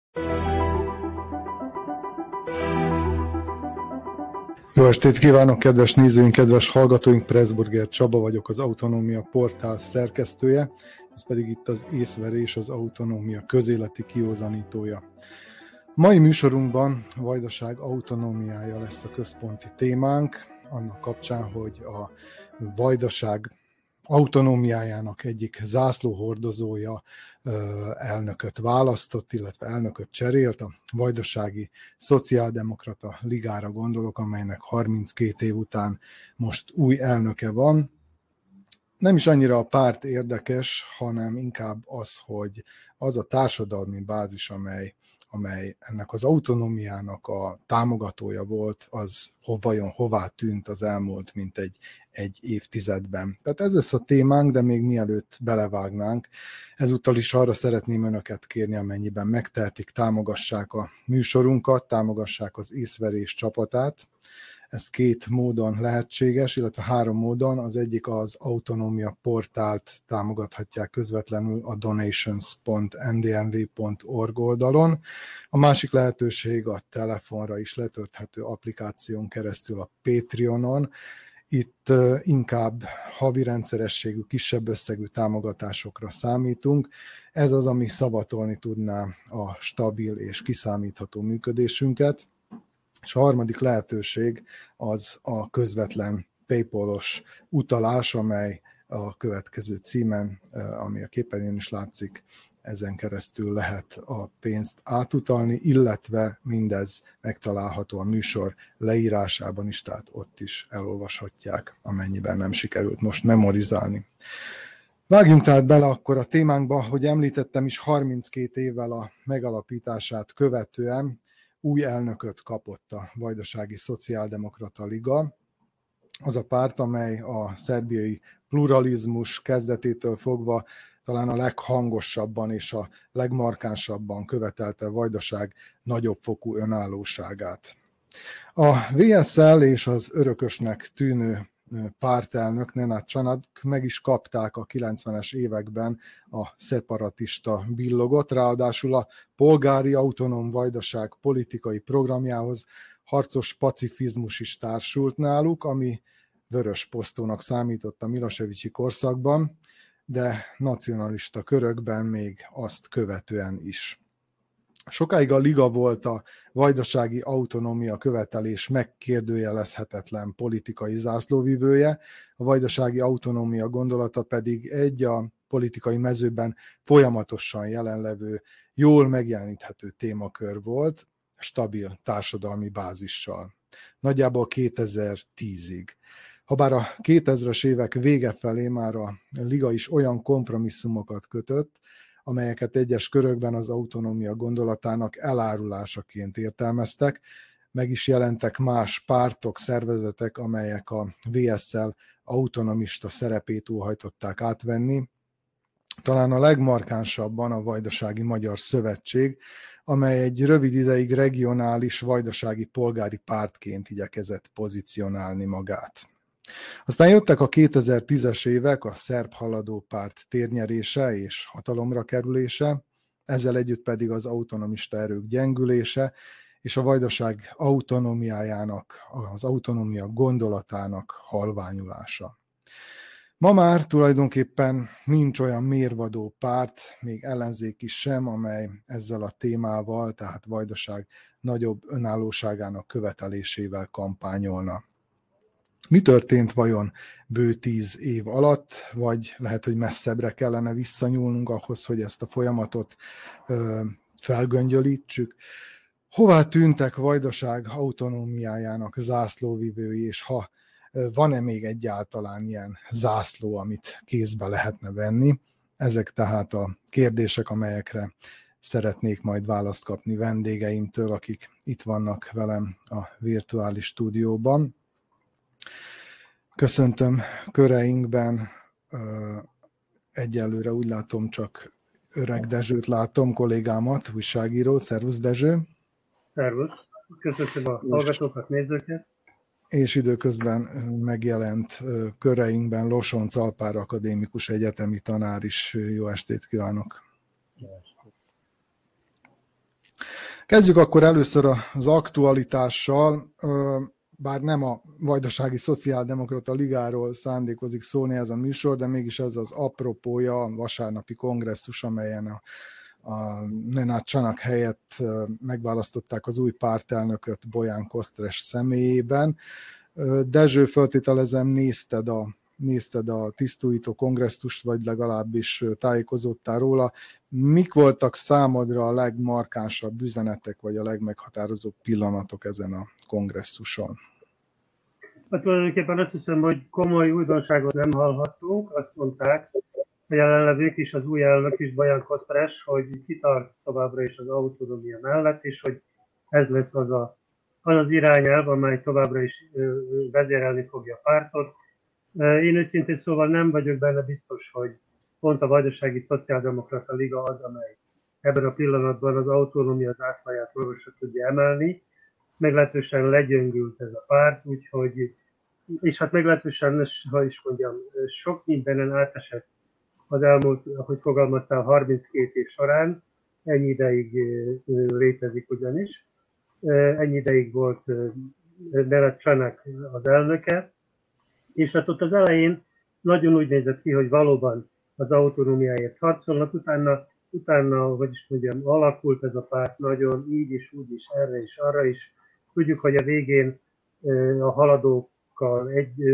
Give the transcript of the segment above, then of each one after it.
Jó estét kívánok, kedves nézőink, kedves hallgatóink! Pressburger Csaba vagyok, az Autonómia Portál szerkesztője, ez pedig itt az Észverés, az autonómia közéleti kiózanítója. Mai műsorunkban a Vajdaság autonómiája lesz a központi témánk, annak kapcsán, hogy a Vajdaság autonómiájának egyik zászlóhordozója elnököt választott, illetve elnököt cserélt, a Vajdasági Szociáldemokrata Ligára gondolok, amelynek 32 év után most új elnöke van. Nem is annyira a párt érdekes, hanem inkább az, hogy az a társadalmi bázis, amely ennek az autonómiának a támogatója volt, az vajon hová tűnt az elmúlt egy évtizedben. Tehát ez lesz a témánk, de még mielőtt belevágnánk, ezúttal is arra szeretném önöket kérni, amennyiben megtehetik, támogassák a műsorunkat, támogassák az Észverés csapatát. Ez 2 módon lehetséges, illetve 3 módon. Az egyik az Autonómia Portált támogathatják közvetlenül a donations.ndmv.org oldalon. A másik lehetőség a telefonra is letölthető applikáción keresztül a Patreonon. Itt inkább havi rendszerességű, kisebb összegű támogatásokra számítunk. Ez az, ami szavatolni tudná a stabil és kiszámítható működésünket. És a harmadik lehetőség az a közvetlen PayPal-os utalás, amely a következő címen, ami a képernyőn is látszik, ezen keresztül lehet a pénzt átutalni, illetve mindez megtalálható a műsor leírásában is, tehát ott is elolvashatják, amennyiben nem sikerült most memorizálni. Vágjunk tehát bele akkor a témánkba, hogy említettem is, 32 évvel a megalapítását követően új elnököt kapott a Vajdasági Szociáldemokrata Liga, az a párt, amely a szerbiai pluralizmus kezdetétől fogva talán a leghangosabban és a legmarkánsabban követelte Vajdaság nagyobb fokú önállóságát. A VSL és az örökösnek tűnő pártelnök, Nenad Csanak meg is kapták a 90-es években a szeparatista billogot, ráadásul a polgári autonóm Vajdaság politikai programjához harcos pacifizmus is társult náluk, ami vörös posztónak számított a Milosevicsi korszakban, de nacionalista körökben még azt követően is. Sokáig a Liga volt a vajdasági autonómia követelés megkérdőjelezhetetlen politikai zászlóvivője, a vajdasági autonómia gondolata pedig egy a politikai mezőben folyamatosan jelenlevő, jól megjeleníthető témakör volt, stabil társadalmi bázissal. Nagyjából 2010-ig. Habár a 2000-es évek vége felé már a Liga is olyan kompromisszumokat kötött, amelyeket egyes körökben az autonómia gondolatának elárulásaként értelmeztek, meg is jelentek más pártok, szervezetek, amelyek a VSL autonomista szerepét óhajtották átvenni. Talán a legmarkánsabban a Vajdasági Magyar Szövetség, amely egy rövid ideig regionális vajdasági polgári pártként igyekezett pozícionálni magát. Aztán jöttek a 2010-es évek, a szerb haladó párt térnyerése és hatalomra kerülése, ezzel együtt pedig az autonomista erők gyengülése, és a Vajdaság autonómiájának, az autonómia gondolatának halványulása. Ma már tulajdonképpen nincs olyan mérvadó párt, még ellenzéki sem, amely ezzel a témával, tehát Vajdaság nagyobb önállóságának követelésével kampányolna. Mi történt vajon bő 10 év alatt, vagy lehet, hogy messzebbre kellene visszanyúlnunk ahhoz, hogy ezt a folyamatot felgöngyölítsük? Hová tűntek Vajdaság autonómiájának zászlóvivői, és ha van-e még egyáltalán ilyen zászló, amit kézbe lehetne venni? Ezek tehát a kérdések, amelyekre szeretnék majd választ kapni vendégeimtől, akik itt vannak velem a virtuális stúdióban. Köszöntöm köreinkben, egyelőre úgy látom, csak Öreg Dezsőt látom, kollégámat, újságírót. Szervusz, Dezső! Szervusz! Köszöntöm a hallgatókat, nézőket! És időközben megjelent köreinkben Losonc Alpár akadémikus egyetemi tanár is. Jó estét kívánok! Jó estét! Kezdjük akkor először az aktualitással, bár nem a Vajdasági Szociáldemokrata Ligáról szándékozik szólni ez a műsor, de mégis ez az apropója, a vasárnapi kongresszus, amelyen a Nenad Csanak helyett megválasztották az új pártelnököt Bojan Kosztres személyében. Dezső, föltételezem, nézted a tisztújító kongresszust, vagy legalábbis tájékozódtál róla. Mik voltak számodra a legmarkánsabb üzenetek, vagy a legmeghatározóbb pillanatok ezen a kongresszuson? Hát tulajdonképpen azt hiszem, hogy komoly újdonságot nem hallhattunk. Azt mondták a jelenlevők is, az új elnök is, Bojan Kosztres, hogy kitart továbbra is az autonómia mellett, és hogy ez lesz az irányelv, amely továbbra is vezérelni fogja a pártot. Én őszintén szóval nem vagyok benne biztos, hogy pont a Vajdasági Szociáldemokrata Liga az, amely ebben a pillanatban az autonómia zászlaját magasra tudja emelni. Meglehetősen legyöngült ez a párt, úgyhogy, és hát meglehetősen, ha is mondjam, sok mindenen átesett az elmúlt, ahogy fogalmaztál, 32 év során. Ennyi ideig létezik ugyanis. Ennyi ideig volt Nenad Csanak az elnöke, és hát ott az elején nagyon úgy nézett ki, hogy valóban az autonómiáért harcolnak, utána, hogy is mondjam, alakult ez a párt nagyon, így is, úgy is, erre is, arra is. Tudjuk, hogy a végén a haladókkal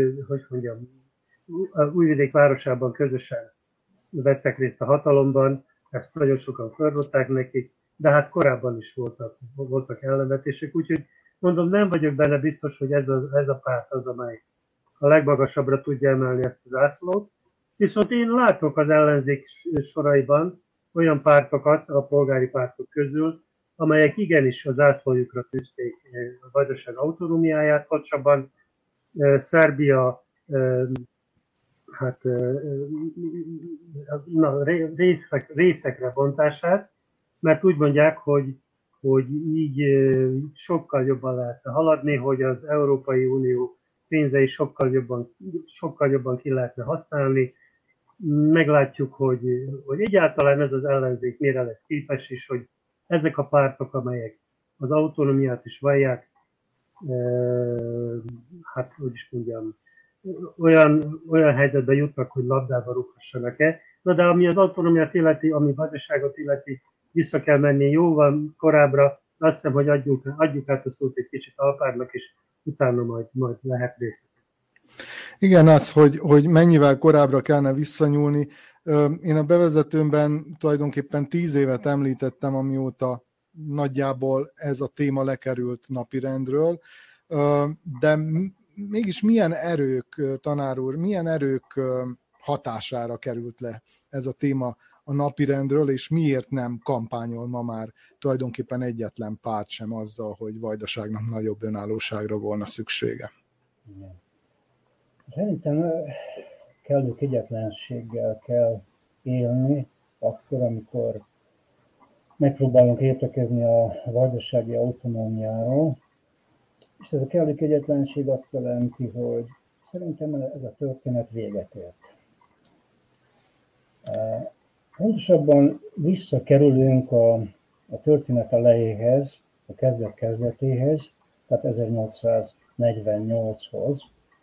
Újvidék városában közösen vettek részt a hatalomban, ezt nagyon sokan fölrották nekik, de hát korábban is voltak ellenvetések, úgyhogy mondom, nem vagyok benne biztos, hogy ez a párt az, amely a legmagasabbra tudja emelni ezt az zászlót. Viszont én látok az ellenzék soraiban olyan pártokat a polgári pártok közül, amelyek igenis a zászlójukra tűzték a Vajdaság autonómiáját, pontosabban Szerbia részekre bontását, mert úgy mondják, hogy így sokkal jobban lehetne haladni, hogy az Európai Unió pénzei sokkal jobban ki lehetne használni. Meglátjuk, hogy egyáltalán ez az ellenzék mire lesz képes, és hogy ezek a pártok, amelyek az autonómiát is vallják, hát hogy is mondjam, olyan helyzetbe jutnak, hogy labdába rúghassanak-e. Na de ami az autonómiát illeti, ami Vajdaságot illeti, vissza kell menni jóval korábbra. Azt hiszem, hogy adjuk át a szót egy kicsit Alpárnak, és utána majd lehet részletek. Igen, az, hogy mennyivel korábbra kellene visszanyúlni. Én a bevezetőmben tulajdonképpen 10 évet említettem, amióta nagyjából ez a téma lekerült napirendről, de mégis milyen erők, tanár úr, milyen erők hatására került le ez a téma a napirendről, és miért nem kampányol ma már tulajdonképpen egyetlen párt sem azzal, hogy Vajdaságnak nagyobb önállóságra volna szüksége? Szerintem kellő kegyetlenséggel kell élni akkor, amikor megpróbálunk értekezni a vajdasági autonómiáról. És ez a kellő kegyetlenség azt jelenti, hogy szerintem ez a történet véget ért. Pontosabban visszakerülünk a történet elejéhez, a kezdetéhez, tehát 1848-hoz.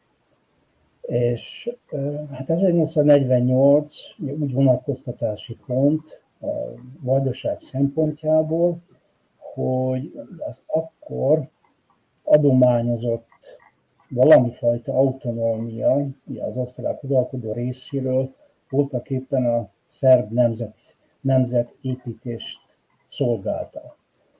És hát 1848 úgy vonatkoztatási pont a Vajdaság szempontjából, hogy az akkor adományozott valamifajta autonómia az osztrák uralkodó részéről voltak éppen a szerb nemzetépítést szolgálta.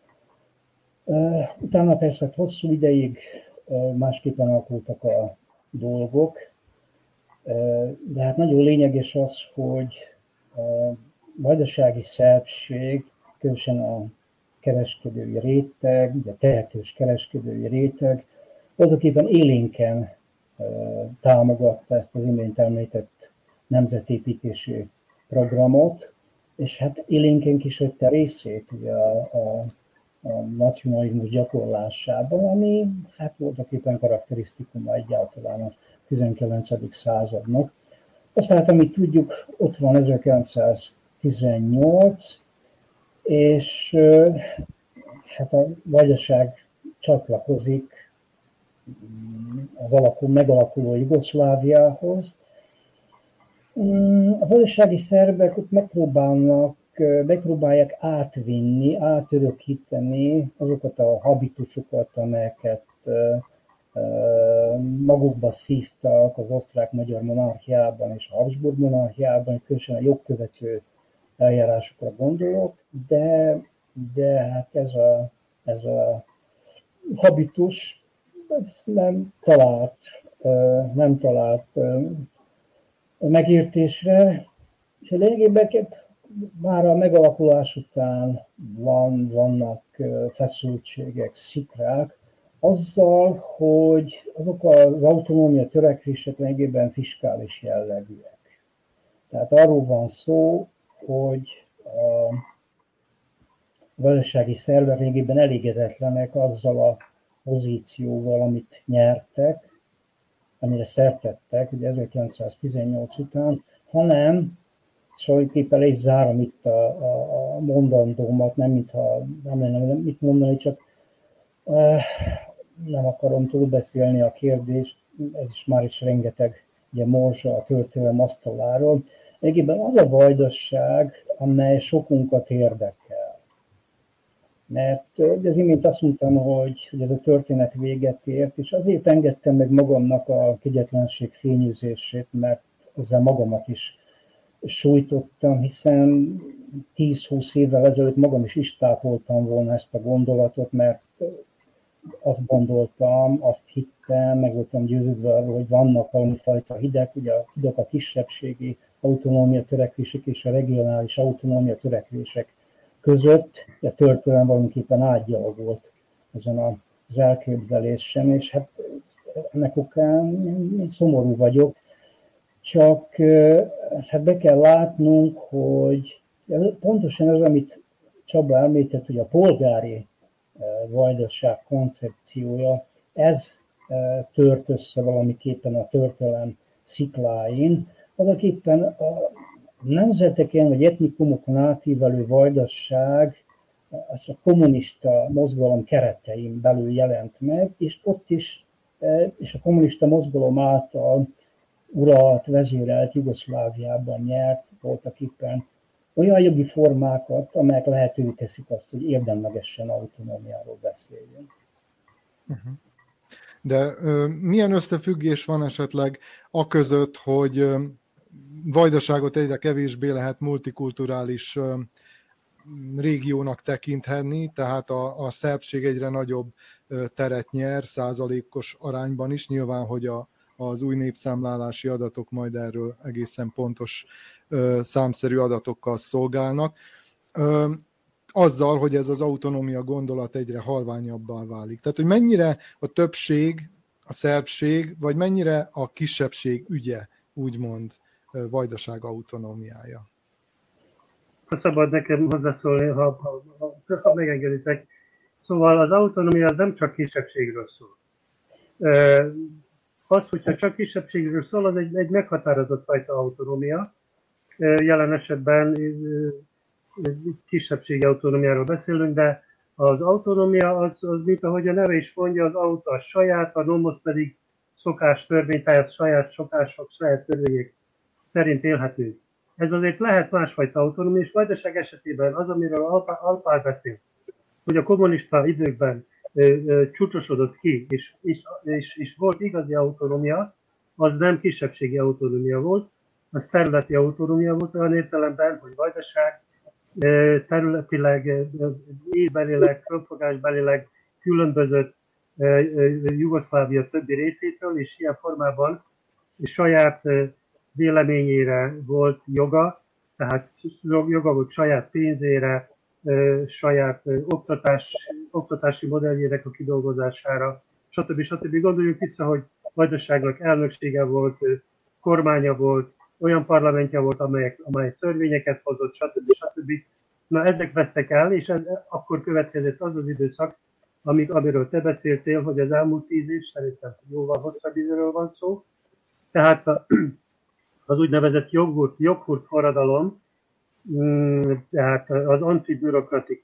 Utána persze hosszú ideig másképpen alakultak a dolgok, de hát nagyon lényeges az, hogy a vajdasági szerbség, különösen a kereskedői réteg, a tehetős kereskedői réteg, voltaképpen élénken támogatta ezt az imént említett nemzetépítési programot, és hát élénken kísérte részét ugye a nacionalizmus gyakorlásában, ami hát voltaképpen karakterisztikuma egyáltalán a 19. századnak. Aztán, hát, amit tudjuk, ott van 1918, és hát a Vajdaság csatlakozik az megalakuló Jugoszláviához. A vajdasági szerbek ott megpróbálják átvinni, átörökíteni azokat a habitusokat, amelyeket magukba szívtak az osztrák-magyar monarchiában és a Habsburg monarchiában, különösen a jogkövető eljárásokra gondolok, de hát ez a habitus nem talált megértésre, és lényegében már a megalakulás után vannak feszültségek, szikrák, azzal, hogy azok az autonómia törekvések lényegében fiskális jellegűek. Tehát arról van szó, hogy a gazdasági szervek lényegében elégedetlenek azzal a pozícióval, amit nyertek, amire szertettek, ugye 1918 után, hanem, tulajdonképpen le is zárom itt a mondandómat, nem mintha nem lenne mit mondani, csak nem akarom túlbeszélni a kérdést, ez is már is rengeteg ugye, morzsa a történelem asztaláról. Egyébként az a Vajdaság, amely sokunkat érdekel. Mert az imént azt mondtam, hogy ez a történet véget ért, és azért engedtem meg magamnak a kegyetlenség fényűzését, mert ezzel magamat is sújtottam, hiszen 10-20 évvel ezelőtt magam is istápoltam volna ezt a gondolatot, mert azt gondoltam, azt hittem, meg voltam győződve arról, hogy vannak valami fajta hidek, ugye a hidek a kisebbségi autonómia törekvések és a regionális autonómia törekvések között, a történelem valamiképpen átgyalogolt ezen az elképzelésem, és hát ennek okán szomorú vagyok, csak hát be kell látnunk, hogy pontosan az, amit Csaba említett, hogy a polgári vajdaság koncepciója, ez tört össze valamiképpen a történelem szikláin, valaképpen a nemzeteken vagy etnikumokon átívelő vajdaság az a kommunista mozgalom keretein belül jelent meg, és ott is, és a kommunista mozgalom által uralt, vezérelt Jugoszláviában nyert voltaképpen olyan jogi formákat, amelyek lehetővé teszik azt, hogy érdemlegesen autonómiáról beszéljünk. De milyen összefüggés van esetleg aközött, hogy Vajdaságot egyre kevésbé lehet multikulturális régiónak tekinthetni, tehát a szerbség egyre nagyobb teret nyer, százalékos arányban is, nyilván, hogy az új népszámlálási adatok majd erről egészen pontos számszerű adatokkal szolgálnak, azzal, hogy ez az autonómia gondolat egyre halványabbá válik. Tehát, hogy mennyire a többség, a szerbség, vagy mennyire a kisebbség ügye, úgymond, Vajdaság autonómiája. Ha szabad nekem hozzászólni, ha megengeditek. Szóval az autonómia az nem csak kisebbségről szól. Az, hogyha csak kisebbségről szól, az egy meghatározott fajta autonómia. Jelen esetben kisebbségi autonómiáról beszélünk, de az autonómia az mint ahogy a neve is mondja, az auto a saját, a nomos pedig szokás törvény, tehát saját szokások, saját törvények szerint élhető. Ez azért lehet másfajta autonómia, és Vajdaság esetében az, amiről Alpár beszél, hogy a kommunista időkben csúcsosodott ki, és volt igazi autonómia, az nem kisebbségi autonómia volt, az területi autonómia volt olyan értelemben, hogy Vajdaság területileg, évbelileg, fölfogásbelileg különbözött Jugoszlávia többi részétől, és ilyen formában saját véleményére volt joga, tehát joga volt saját pénzére, saját oktatási modelljének a kidolgozására, stb. Gondoljunk vissza, hogy Vajdaságnak elnöksége volt, kormánya volt, olyan parlamentje volt, amely törvényeket hozott, stb. Na, ezek vesztek el, és akkor következett az az időszak, amiről te beszéltél, hogy az elmúlt 10 év, szerintem jóval hosszabb időről van szó. Tehát az úgynevezett joghurt forradalom, tehát az antibürokratikus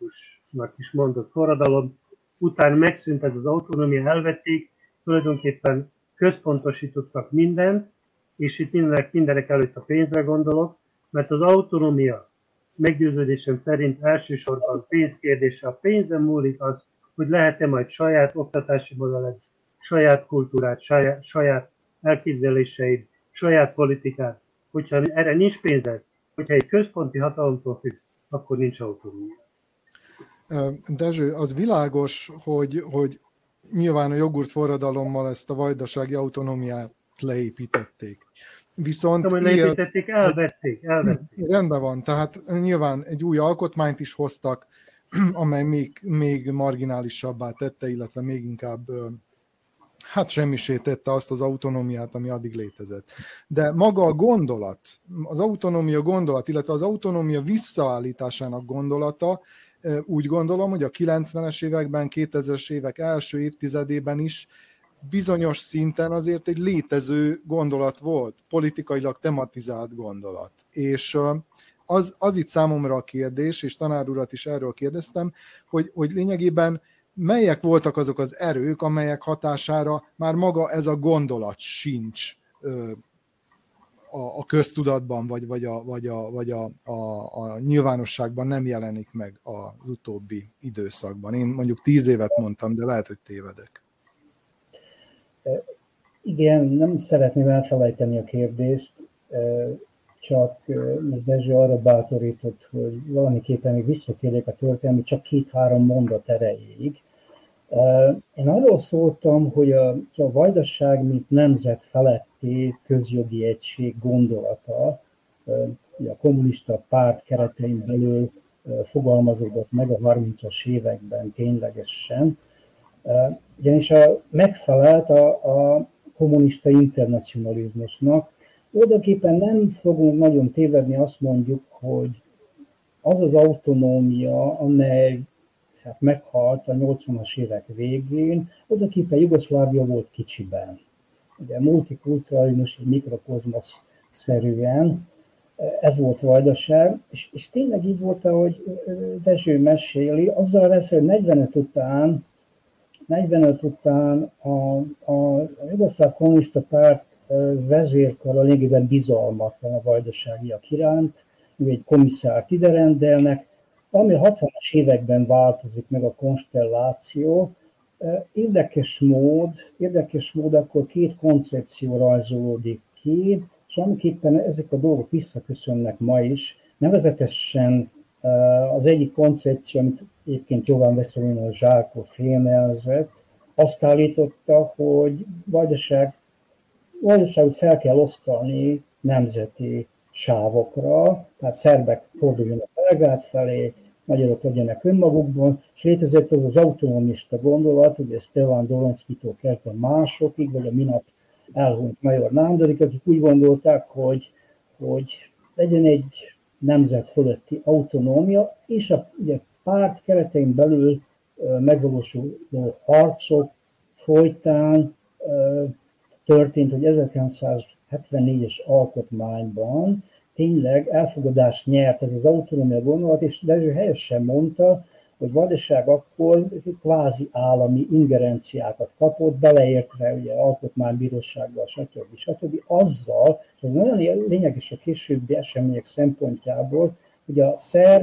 forradalomnak is mondott forradalom után megszűnt ez az autonómia, elvették, tulajdonképpen központosítottak mindent, és itt mindenek előtt a pénzre gondolok, mert az autonómia meggyőződésem szerint elsősorban pénzkérdése. A pénzen múlik az, hogy lehet-e majd saját oktatási modellet, saját kultúrát, saját elképzeléseid, saját politikát. Hogyha erre nincs pénzed, hogyha egy központi hatalomtól függsz, akkor nincs autonómia. Dezső, az világos, hogy nyilván a jogurt forradalommal ezt a vajdasági autonómiát leépítették. Viszont leépítették, elvették. Rendben van, tehát nyilván egy új alkotmányt is hoztak, amely még marginálisabbá tette, illetve még inkább semmisé tette azt az autonómiát, ami addig létezett. De maga a gondolat, az autonómia gondolat, illetve az autonómia visszaállításának gondolata, úgy gondolom, hogy a 90-es években, 2000-es évek első évtizedében is bizonyos szinten azért egy létező gondolat volt, politikailag tematizált gondolat. És az itt számomra a kérdés, és tanár urat is erről kérdeztem, hogy lényegében melyek voltak azok az erők, amelyek hatására már maga ez a gondolat sincs a köztudatban, vagy a nyilvánosságban nem jelenik meg az utóbbi időszakban. Én mondjuk 10 évet mondtam, de lehet, hogy tévedek. Igen, nem szeretném elfelejteni a kérdést, csak Dezső arra bátorított, hogy valamiképpen még visszatérjek a történelmi, csak 2-3 mondat erejéig. Én arról szóltam, hogy a vajdaság, mint nemzet feletti közjogi egység gondolata, a kommunista párt keretein belül fogalmazódott meg a 30-as években ténylegesen, ugyanis megfelelt a kommunista internacionalizmusnak. Odaképpen nem fogunk nagyon tévedni, azt mondjuk, hogy az az autonómia, amely meghalt a 80-as évek végén, odaképpen Jugoszlávia volt kicsiben. Ugye multikulturalizmus, egy mikrokozmosz-szerűen, ez volt Vajdaság, és tényleg így volt, ahogy Dezső meséli, azzal lesz, hogy 45 után a Jugoszláv kommunista párt vezérkara lényegében bizalmatlan a vajdaságiak iránt, egy komisszárt ide rendelnek, ami a 60-as években változik meg a konstelláció. Érdekes mód akkor 2 koncepció rajzolódik ki, és amiképpen ezek a dolgok visszaköszönnek ma is, nevezetesen az egyik koncepció, amit egyébként Jovan Veselino Zsákó fémjelzett, azt állította, hogy Vajdaságot fel kell osztani nemzeti sávokra, tehát szerbek forduljanak Belgrád felé, magyarok legyenek önmagukban, és létezett az autonomista gondolat, hogy ez Stefan Doronszkitól kezdve másokig, vagy a minap elhunyt Major Nándorik, akik úgy gondolták, hogy legyen egy nemzet fölötti autonómia, és a ugye, párt keretein belül megvalósuló harcok folytán történt, hogy 1974-es alkotmányban tényleg elfogadást nyert ez az autonómia gondolat, és Dezső helyesen mondta, hogy Vajdaság akkor kvázi állami ingerenciákat kapott, beleértve ugye alkotmánybírósággal, stb. Azzal, hogy nagyon lényeges a későbbi események szempontjából, hogy a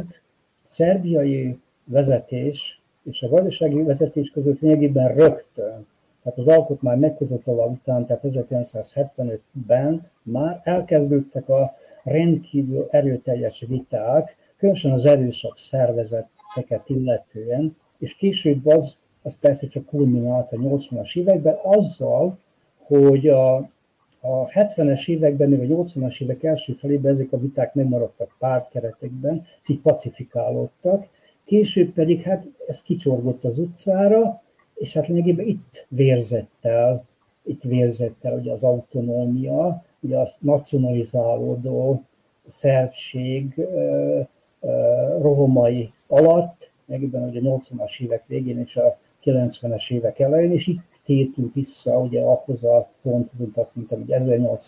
szerbiai vezetés és a vajdasági vezetés között lényegében rögtön, tehát az alkotmány meghozatala után, tehát 1975-ben már elkezdődtek a rendkívül erőteljes viták, különösen az erőszak szervezeteket illetően, és később az persze csak kulminált a 80-as években azzal, hogy a 70-es években, még a 80-as évek első felében ezek a viták nem maradtak pártkeretekben, így pacifikálódtak, később pedig hát ez kicsorgott az utcára, és hát lényegében itt vérzett el ugye az autonómia, ugye a nacionalizálódó szerbség rohamai alatt, lényegében ugye a 80-as évek végén és a 90-es évek elején, és itt tértünk vissza ugye ahhoz a pontot, azt mondtam, hogy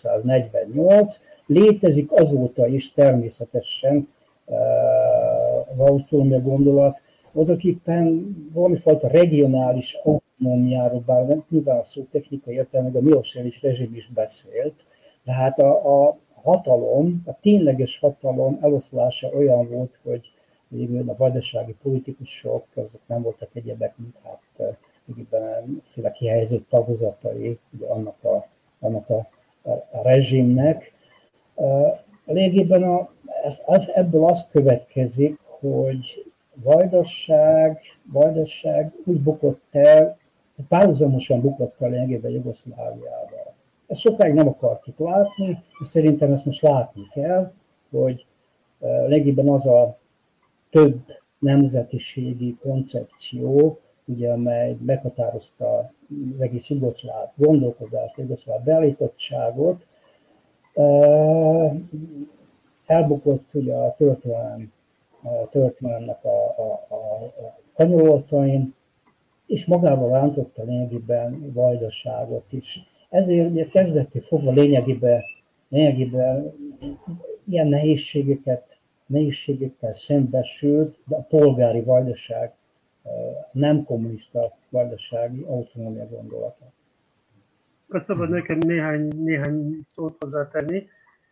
1848, létezik azóta is természetesen az autonómia gondolat, voltaképpen valamifajta regionális autonómiáról, bár nyilván a szó technikai értelemben a Milosevic rezsim is beszélt, de hát a hatalom, a tényleges hatalom eloszlása olyan volt, hogy végül a vajdasági politikusok, azok nem voltak egyebek, mint hát féle kihelyezett tagozatai ugye annak a rezsimnek. Lényegében ebből az következik, hogy Vajdaság úgy bukott el, párhuzamosan bukott el lényegében Jugoszláviával. Ezt sokáig nem akartuk látni, és szerintem ezt most látni kell, hogy lényegében az a több nemzetiségi koncepció, ugye, amely meghatározta az egész jugoszláv gondolkodást, jugoszláv beállítottságot, elbukott ugye a történelemnek a kanyololtain, és magával rántotta lényegében Vajdaságot is. Ezért ugye kezdettől fogva lényegében ilyen nehézségekkel szembesült, de a polgári Vajdaság, nem kommunista vajdasági autonómia gondolata. Azt szabad nekem néhány szót hozzátenni.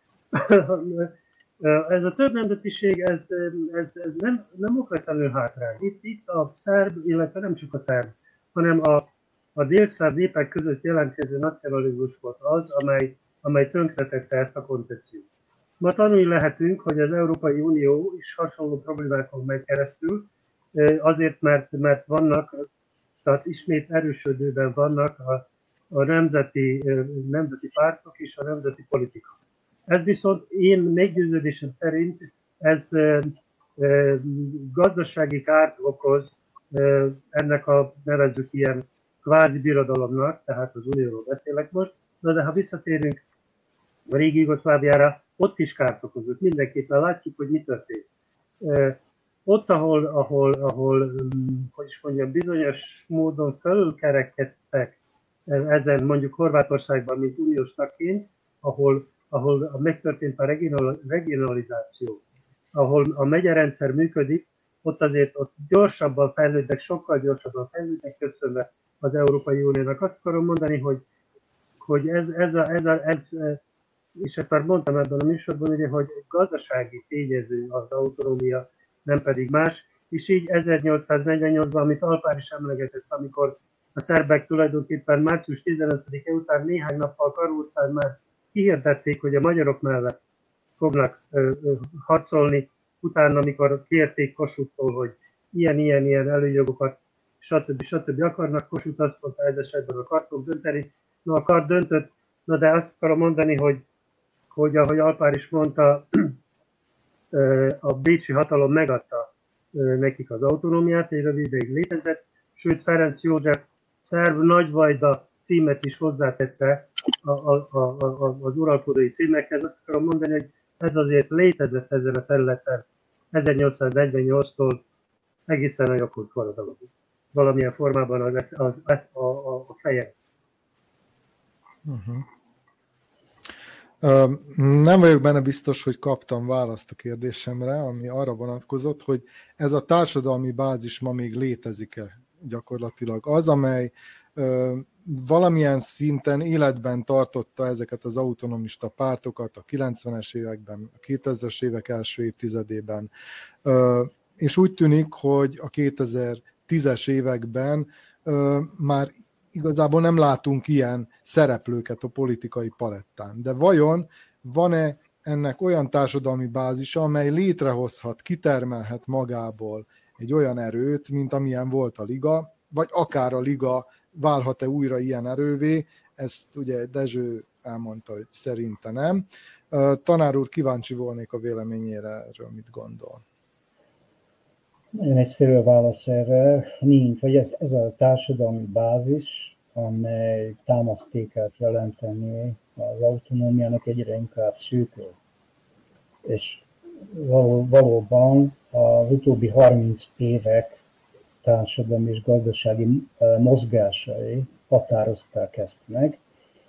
Ez a több nemzetiség, ez nem okvetlenül hátrány. Itt a szerb, illetve nem csak a szerb, hanem a délszláv népek között jelentkező nacionalizmus volt az, amely tönkretette ezt a koncepciót. Ma tanulni lehetünk, hogy az Európai Unió is hasonló problémákon megy keresztül, azért, mert vannak, tehát ismét erősödőben vannak a nemzeti pártok és a nemzeti politika. Ez viszont én meggyőződésem szerint ez gazdasági kárt okoz ennek a nevezzük ilyen kvázi birodalomnak, tehát az Unióról beszélek most, de ha visszatérünk a régi Jugoszláviára, ott is kárt okozott. Mindenképpen látjuk, hogy mi történt. Ott, ahol hogy is mondjam, bizonyos módon felülkerekedtek ezen mondjuk Horvátországban, mint uniós tagként, ahol megtörtént a regionalizáció, ahol a megyerendszer működik, ott gyorsabban fejlődnek, sokkal gyorsabban fejlődnek köszönve az Európai Uniónak. Azt akarom mondani, hogy ez és ezt már mondtam ebben a műsorban, ugye, hogy gazdasági tényező az autonómia, nem pedig más, és így 1848-ban, amit Alpár is emlegetett, amikor a szerbek tulajdonképpen március 15-e után néhány nappal Karu után már kihirdették, hogy a magyarok mellett fognak harcolni, utána, amikor kérték Kossuth-tól, hogy ilyen előjogokat, stb. Akarnak, Kossuth azt mondta, ez esetben akartok dönteni. A kar döntött, de azt akarom mondani, hogy ahogy Alpár is mondta, a bécsi hatalom megadta nekik az autonómiát, egy rövid ideig létezett, sőt Ferenc József szerb nagyvajda címet is hozzátette az uralkodói címekhez. Azt akarom mondani, hogy ez azért létezett ezen a területen 1848-tól egészen a Jakub forradalomig. Valamilyen formában a feje. Nem vagyok benne biztos, hogy kaptam választ a kérdésemre, ami arra vonatkozott, hogy ez a társadalmi bázis ma még létezik-e gyakorlatilag. Az, amely valamilyen szinten életben tartotta ezeket az autonomista pártokat a 90-es években, a 2000-es évek első évtizedében, és úgy tűnik, hogy a 2010-es években már igazából nem látunk ilyen szereplőket a politikai palettán. De vajon van-e ennek olyan társadalmi bázisa, amely létrehozhat, kitermelhet magából egy olyan erőt, mint amilyen volt a Liga, vagy akár a Liga válhat-e újra ilyen erővé? Ezt ugye Dezső elmondta, hogy szerinte nem. Tanár úr, kíváncsi volnék a véleményére, erről mit gondol? Nagyon egyszerű a válasz erre. Nincs, vagy ez a társadalmi bázis, amely támasztékát jelenteni az autonómiának, egyre inkább szűkül. És valóban az utóbbi 30 évek társadalmi és gazdasági mozgásai határozták ezt meg.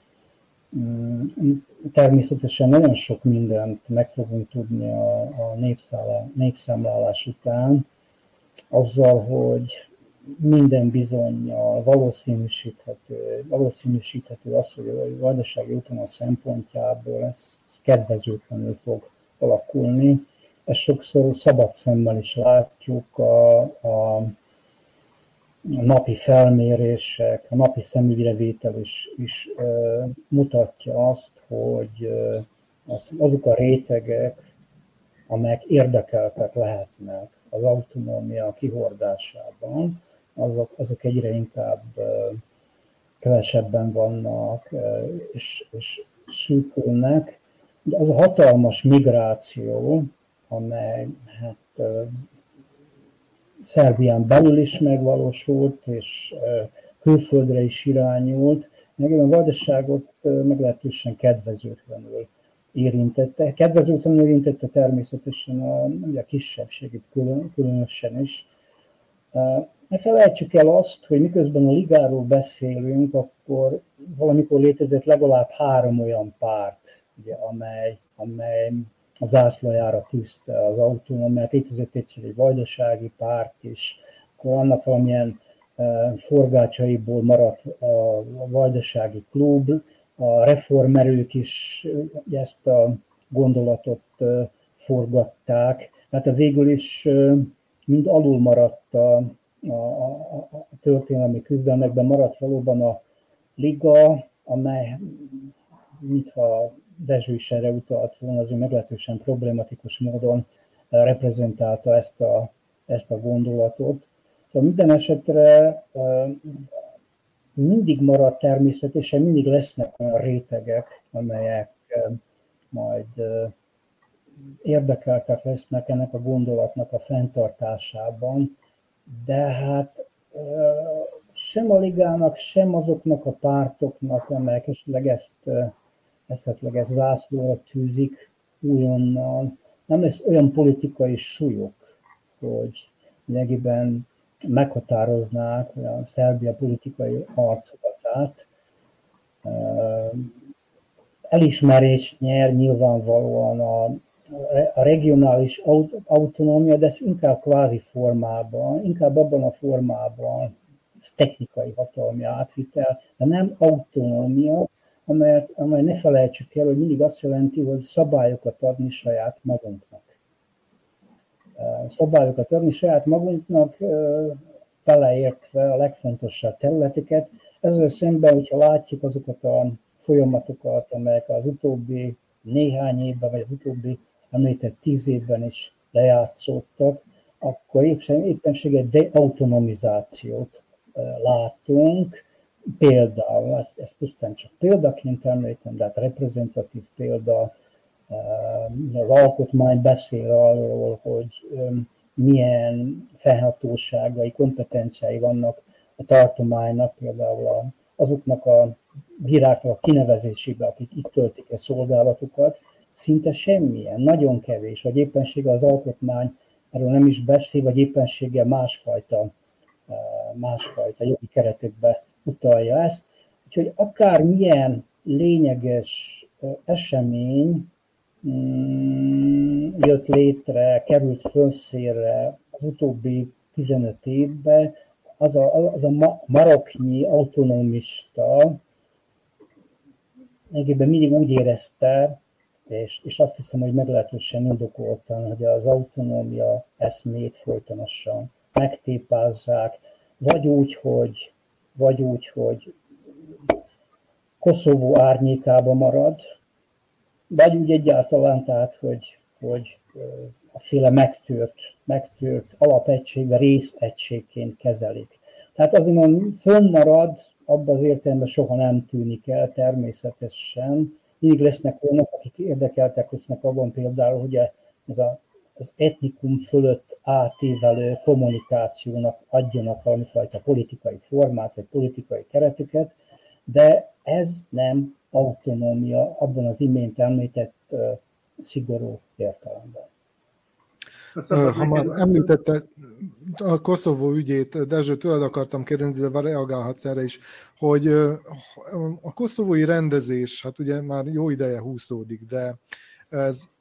Természetesen nagyon sok mindent meg fogunk tudni a népszámlálás után, azzal, hogy minden bizonnyal valószínűsíthető az, hogy a vajdasági autonómia szempontjából ez kedvezőtlenül fog alakulni. Ezt sokszor szabad szemmel is látjuk, a napi felmérések, a napi szemügyrevétel is mutatja azt, hogy azok a rétegek, amelyek érdekeltek lehetnek az autonómia kihordásában, azok egyre inkább kevesebben vannak és szűkülnek. De az a hatalmas migráció, amely Szerbián belül is megvalósult, és külföldre is irányult, meg a vajdaságot meglehetősen kedvezőtlenül érintette. Kedvezőtlenül érintette természetesen a kisebbségét különösen is. Ne felejtsük el azt, hogy miközben a ligáról beszélünk, akkor valamikor létezett legalább 3 olyan párt, ugye, amely a zászlajára tűzte az autonómiát. Létezett egyszer egy vajdasági párt is, akkor annak valamilyen forgácsaiból maradt a vajdasági klub, a reformerők is ezt a gondolatot forgatták. Hát végül is mind alul maradt a történelmi küzdelmekben, maradt valóban a liga, amely, mintha Dezső is erre utalt volna, azért meglehetősen problematikus módon reprezentálta ezt a gondolatot. Szóval minden esetre mindig maradt természetesen, mindig lesznek olyan rétegek, amelyek majd érdekeltek lesznek ennek a gondolatnak a fenntartásában, de hát sem a ligának, sem azoknak a pártoknak, amelyek esetleg ezt zászlóra tűzik újonnan, nem lesz olyan politikai súlyok, hogy lényegében meghatároznák a Szerbia politikai arculatát. Elismerést nyer nyilvánvalóan a regionális autonómia, de ez inkább kvázi formában, inkább abban a formában, ez technikai hatalmi átvitel, de nem autonómia, amely ne felejtsük el, hogy mindig azt jelenti, hogy szabályokat adni saját magunknak. Szabályokat adni saját magunknak, beleértve a legfontosabb területeket. Ezzel szemben, hogyha látjuk azokat a folyamatokat, amelyek az utóbbi néhány évben, vagy az utóbbi említett 10 évben is lejátszódtak, akkor éppenséggel deautonomizációt látunk. Például, ezt pusztán csak példaként említem, de hát reprezentatív példa, az alkotmány beszél arról, hogy milyen felhatóságai, kompetenciái vannak a tartománynak, például azoknak a bíráknak a kinevezésébe, akik itt töltik a szolgálatukat, szinte semmilyen, nagyon kevés, vagy éppenséggel az alkotmány erről nem is beszél, vagy éppenséggel másfajta jogi keretekbe utalja ezt. Úgyhogy akármilyen lényeges esemény jött létre, került fölszínre az utóbbi 15 évben, az a maroknyi autonomista egyébként mindig úgy érezte, és azt hiszem, hogy meglehetősen indokoltan, hogy az autonómia eszmét folytonosan megtépázzák, vagy úgy, hogy Koszovó árnyékába marad, vagy úgy egyáltalán, tehát, hogy a féle megtört alapegységbe részegységként kezelik. Tehát azért fönnmarad, abban az értelemben soha nem tűnik el természetesen. Mindig lesznek olyanok, akik érdekeltek lesznek abban például, hogy az etnikum fölött átívelő kommunikációnak adjanak valamifajta politikai formát, vagy politikai kereteket, de ez nem autonómia abban az imént említett szigorú értelemben. Ha már említette a Koszovó ügyét, Dezső, tőled akartam kérdezni, de reagálhatsz erre is, hogy a koszovói rendezés, hát ugye már jó ideje húzódik, de ez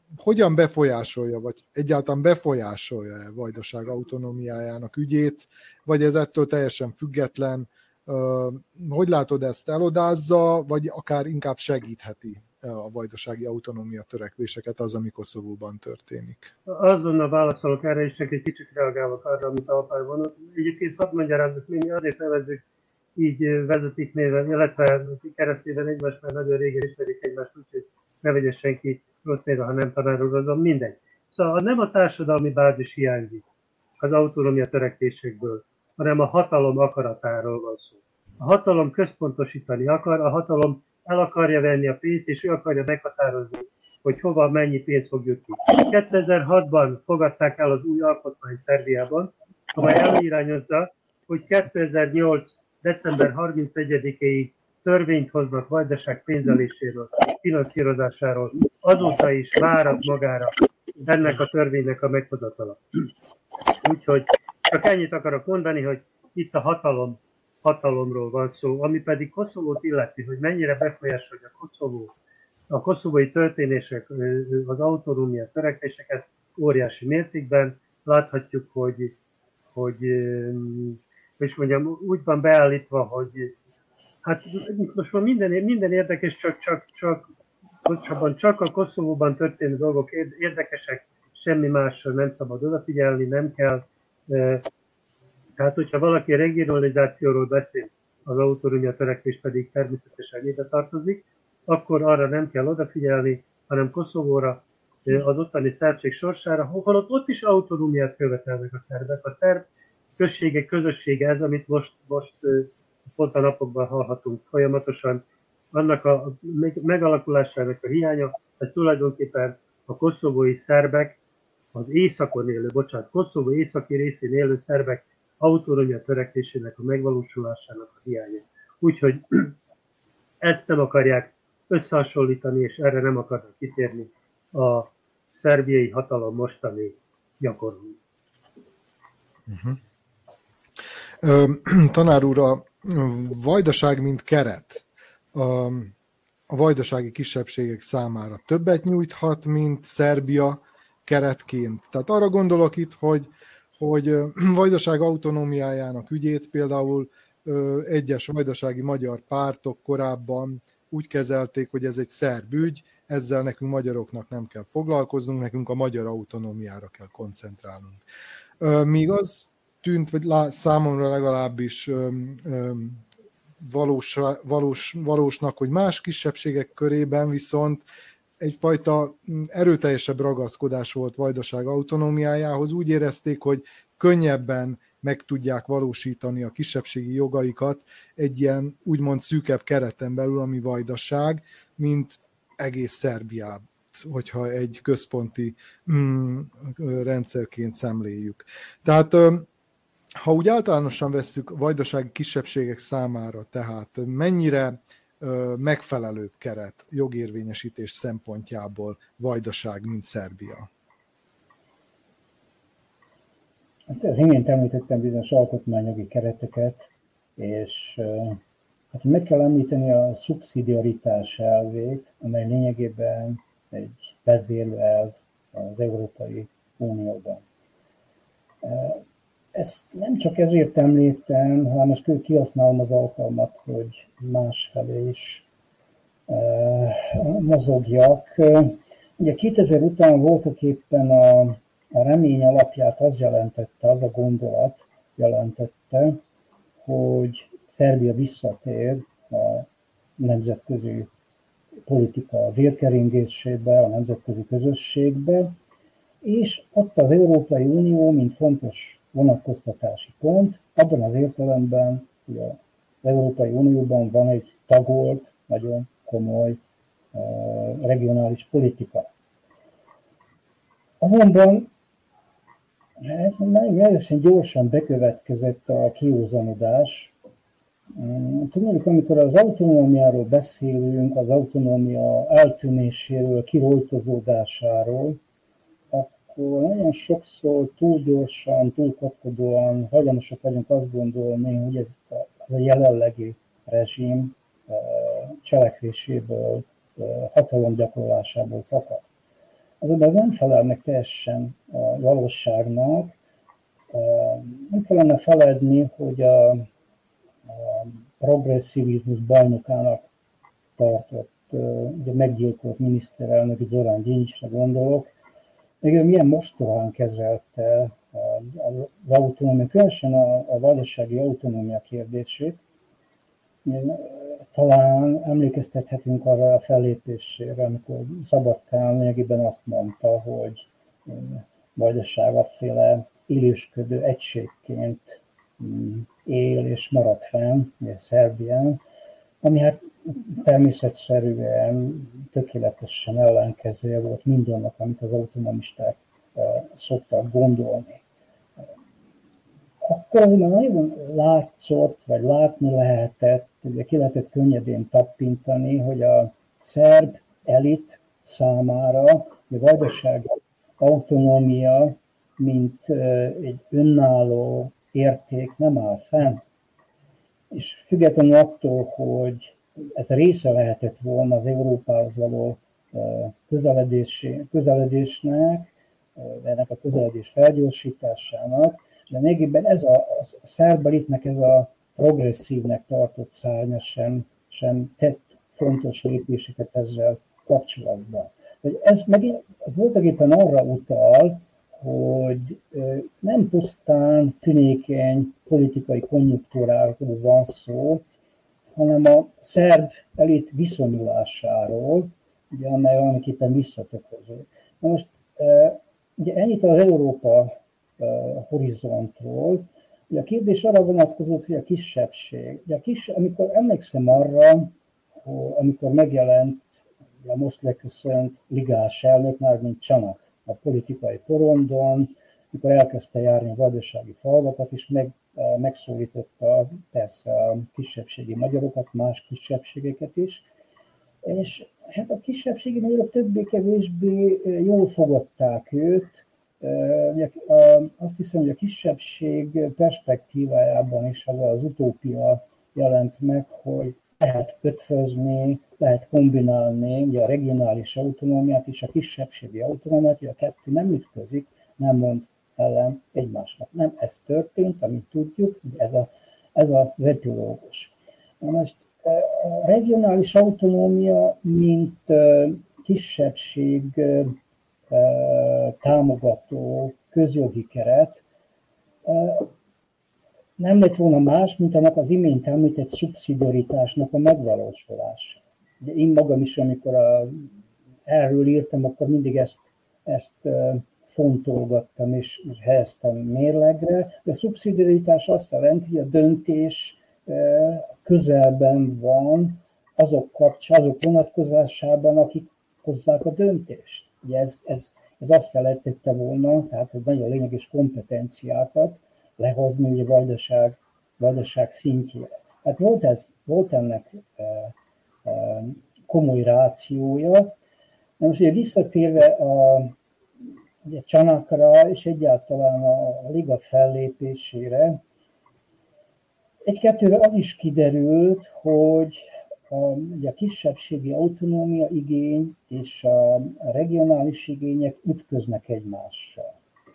hogyan befolyásolja, vagy egyáltalán befolyásolja-e Vajdaság autonómiájának ügyét, vagy ez ettől teljesen független? Hogy látod, ezt elodázza, vagy akár inkább segítheti a vajdasági autonómia törekvéseket az, ami Koszovóban történik? Azonnal válaszolok erre, és csak egy kicsit reagálok arra, amit Alpár vonott. Egyébként hadd magyarázzuk, mi azért nevezzük így vezetéknéven, illetve keresztében egymást, mert nagyon régen ismerik egymást, úgyhogy ne vegye senki rossz névre, ha nem tanározom, mindegy. Szóval nem a társadalmi bázis hiányzik az autonómia törekvésekből, hanem a hatalom akaratáról van szó. A hatalom központosítani akar, a hatalom el akarja venni a pénzt, és ő akarja meghatározni, hogy hova mennyi pénz fog jutni. 2006-ban fogadták el az új alkotmányt Szerbiában, amely előirányozza, hogy 2008. december 31-ig törvényt hoznak Vajdaság pénzeléséről, finanszírozásáról. Azóta is várat magára ennek a törvénynek a meghozatala. Úgyhogy csak ennyit akarok mondani, hogy itt a hatalomról van szó, ami pedig Koszovót illeti, hogy mennyire befolyásolja a koszovói történések, az autonómia törekvéseket óriási mértékben. Láthatjuk, hogy és mondjam, úgy van beállítva, hogy hát most van minden érdekes, csak a Koszovóban történő dolgok érdekesek, semmi másra nem szabad odafigyelni, nem kell. Tehát, hogyha valaki regionalizációról beszél, az autonómia törekvés pedig természetesen ide tartozik, akkor arra nem kell odafigyelni, hanem Koszovóra, az ottani szerbség sorsára, holott ott is autonómiát követelnek a szerbek. A szerb közössége ez, amit most pont a napokban hallhatunk folyamatosan, annak a megalakulásának a hiánya, hogy tulajdonképpen a koszovói szerbek, az északon élő, Koszovó északi részén élő szerbek autonómia törekvésének a megvalósulásának a hiánya. Úgyhogy ezt nem akarják összehasonlítani, és erre nem akarnak kitérni a szerbiai hatalom mostani gyakorlói. Tanár úr, a Vajdaság mint keret a vajdasági kisebbségek számára többet nyújthat, mint Szerbia keretként. Tehát arra gondolok itt, hogy Vajdaság autonómiájának ügyét például egyes vajdasági magyar pártok korábban úgy kezelték, hogy ez egy szerb ügy, ezzel nekünk magyaroknak nem kell foglalkoznunk, nekünk a magyar autonómiára kell koncentrálnunk. Míg az tűnt, vagy számomra legalábbis valósnak, hogy más kisebbségek körében viszont egyfajta erőteljesebb ragaszkodás volt Vajdaság autonómiájához. Úgy érezték, hogy könnyebben meg tudják valósítani a kisebbségi jogaikat egy ilyen úgymond szűkebb kereten belül, ami Vajdaság, mint egész Szerbiában, hogyha egy központi rendszerként szemléljük. Tehát ha úgy általánosan vesszük vajdasági kisebbségek számára, tehát mennyire megfelelőbb keret jogérvényesítés szempontjából Vajdaság, mint Szerbia? Hát az imént említettem bizonyos alkotmányjogi kereteket, és hát meg kell említeni a szubszidiaritás elvét, amely lényegében egy vezérlőelv az Európai Unióban. Ezt nem csak ezért említem, hanem most kihasználom az alkalmat, hogy másfelé is mozogjak. Ugye 2000 után voltak éppen a remény alapját az a gondolat jelentette, hogy Szerbia visszatér a nemzetközi politika vérkeringésébe, a nemzetközi közösségbe, és ott az Európai Unió, mint fontos vonatkoztatási pont, abban az értelemben, hogy az Európai Unióban van egy tagolt, nagyon komoly regionális politika. Azonban ez nagyon gyorsan bekövetkezett a kiózanodás. Tudjuk, amikor az autonómiáról beszélünk, az autonómia eltűnéséről, kirojtozódásáról, akkor nagyon sokszor túl gyorsan, túl kapkodóan hajlamosak vagyunk azt gondolni, hogy ez a jelenlegi rezsim cselekvéséből, hatalomgyakorlásából fakad. azonban ez nem felel meg teljesen a valóságnak. Nem kellene feledni, hogy a progresszivizmus bajnokának tartott, ugye meggyilkolt miniszterelnök, Zorán Gyingyre gondolok, még ő milyen mostohán kezelte az autonómia, különösen a vajdasági autonómia kérdését. Talán emlékeztethetünk arra a fellépésére, amikor Szabadkán lényegében azt mondta, hogy Vajdaság afféle élősködő egységként él és marad fenn, Szerbián, ami hát természetszerűen tökéletesen ellenkezője volt mindannak, amit az autonomisták szoktak gondolni. Akkor azért nagyon látszott, vagy látni lehetett, ugye ki lehetett könnyedén tappintani, hogy a szerb elit számára a vajdaság autonómia, mint egy önálló érték nem áll fenn. És függetlenül attól, hogy ez része lehetett volna az Európához való közeledésnek, ennek a közeledés felgyorsításának, de mégében ez a szerb elitnek ez a progresszívnek tartott szárnya sem tett fontos lépéseket ezzel kapcsolatban. Ez megint voltak éppen arra utal, hogy nem pusztán tünékeny politikai konjunktúráról van szó, hanem a szerb elit viszonyulásáról, ugye, amely valamiképpen visszatükröző. Na most ugye ennyit az Európa horizontról. Ugye a kérdés arra vonatkozott, hogy a kisebbség. Ugye amikor emlékszem arra, amikor megjelent a most leköszönt ligás elnök, mármint Csanak a politikai porondon, mikor elkezdte járni a vajdasági falvakat, és megszólította persze a kisebbségi magyarokat, más kisebbségeket is, és hát a kisebbségi magyarok többé-kevésbé jól fogadták őt. Azt hiszem, hogy a kisebbség perspektívájában is az utópia jelent meg, hogy lehet ötvözni, lehet kombinálni ugye a regionális autonómiát és a kisebbségi autonómiát, hogy a kettő nem ütközik, nem mond ellen egymásnak. Nem ez történt, amit tudjuk, ez az epilógus. Most a regionális autonómia, mint kisebbség támogató közjogi keret nem lett volna más, mint annak az imént említett szubszidiaritásnak a megvalósulása. De én magam is, amikor erről írtam, akkor mindig ezt fontolgattam és helyeztem mérlegre. De a szubszidiaritás azt jelenti, hogy a döntés közelben van azok vonatkozásában, akik hozzák a döntést. Ugye ez azt jelentette volna, tehát ez nagyon lényeges kompetenciákat lehozni ugye vajdaság szintjére. Hát volt ennek komoly rációja. Na most ugye visszatérve ugye Csanakra és egyáltalán a liga fellépésére, egy-kettőre az is kiderült, hogy a kisebbségi autonómia igény és a regionális igények ütköznek egymással.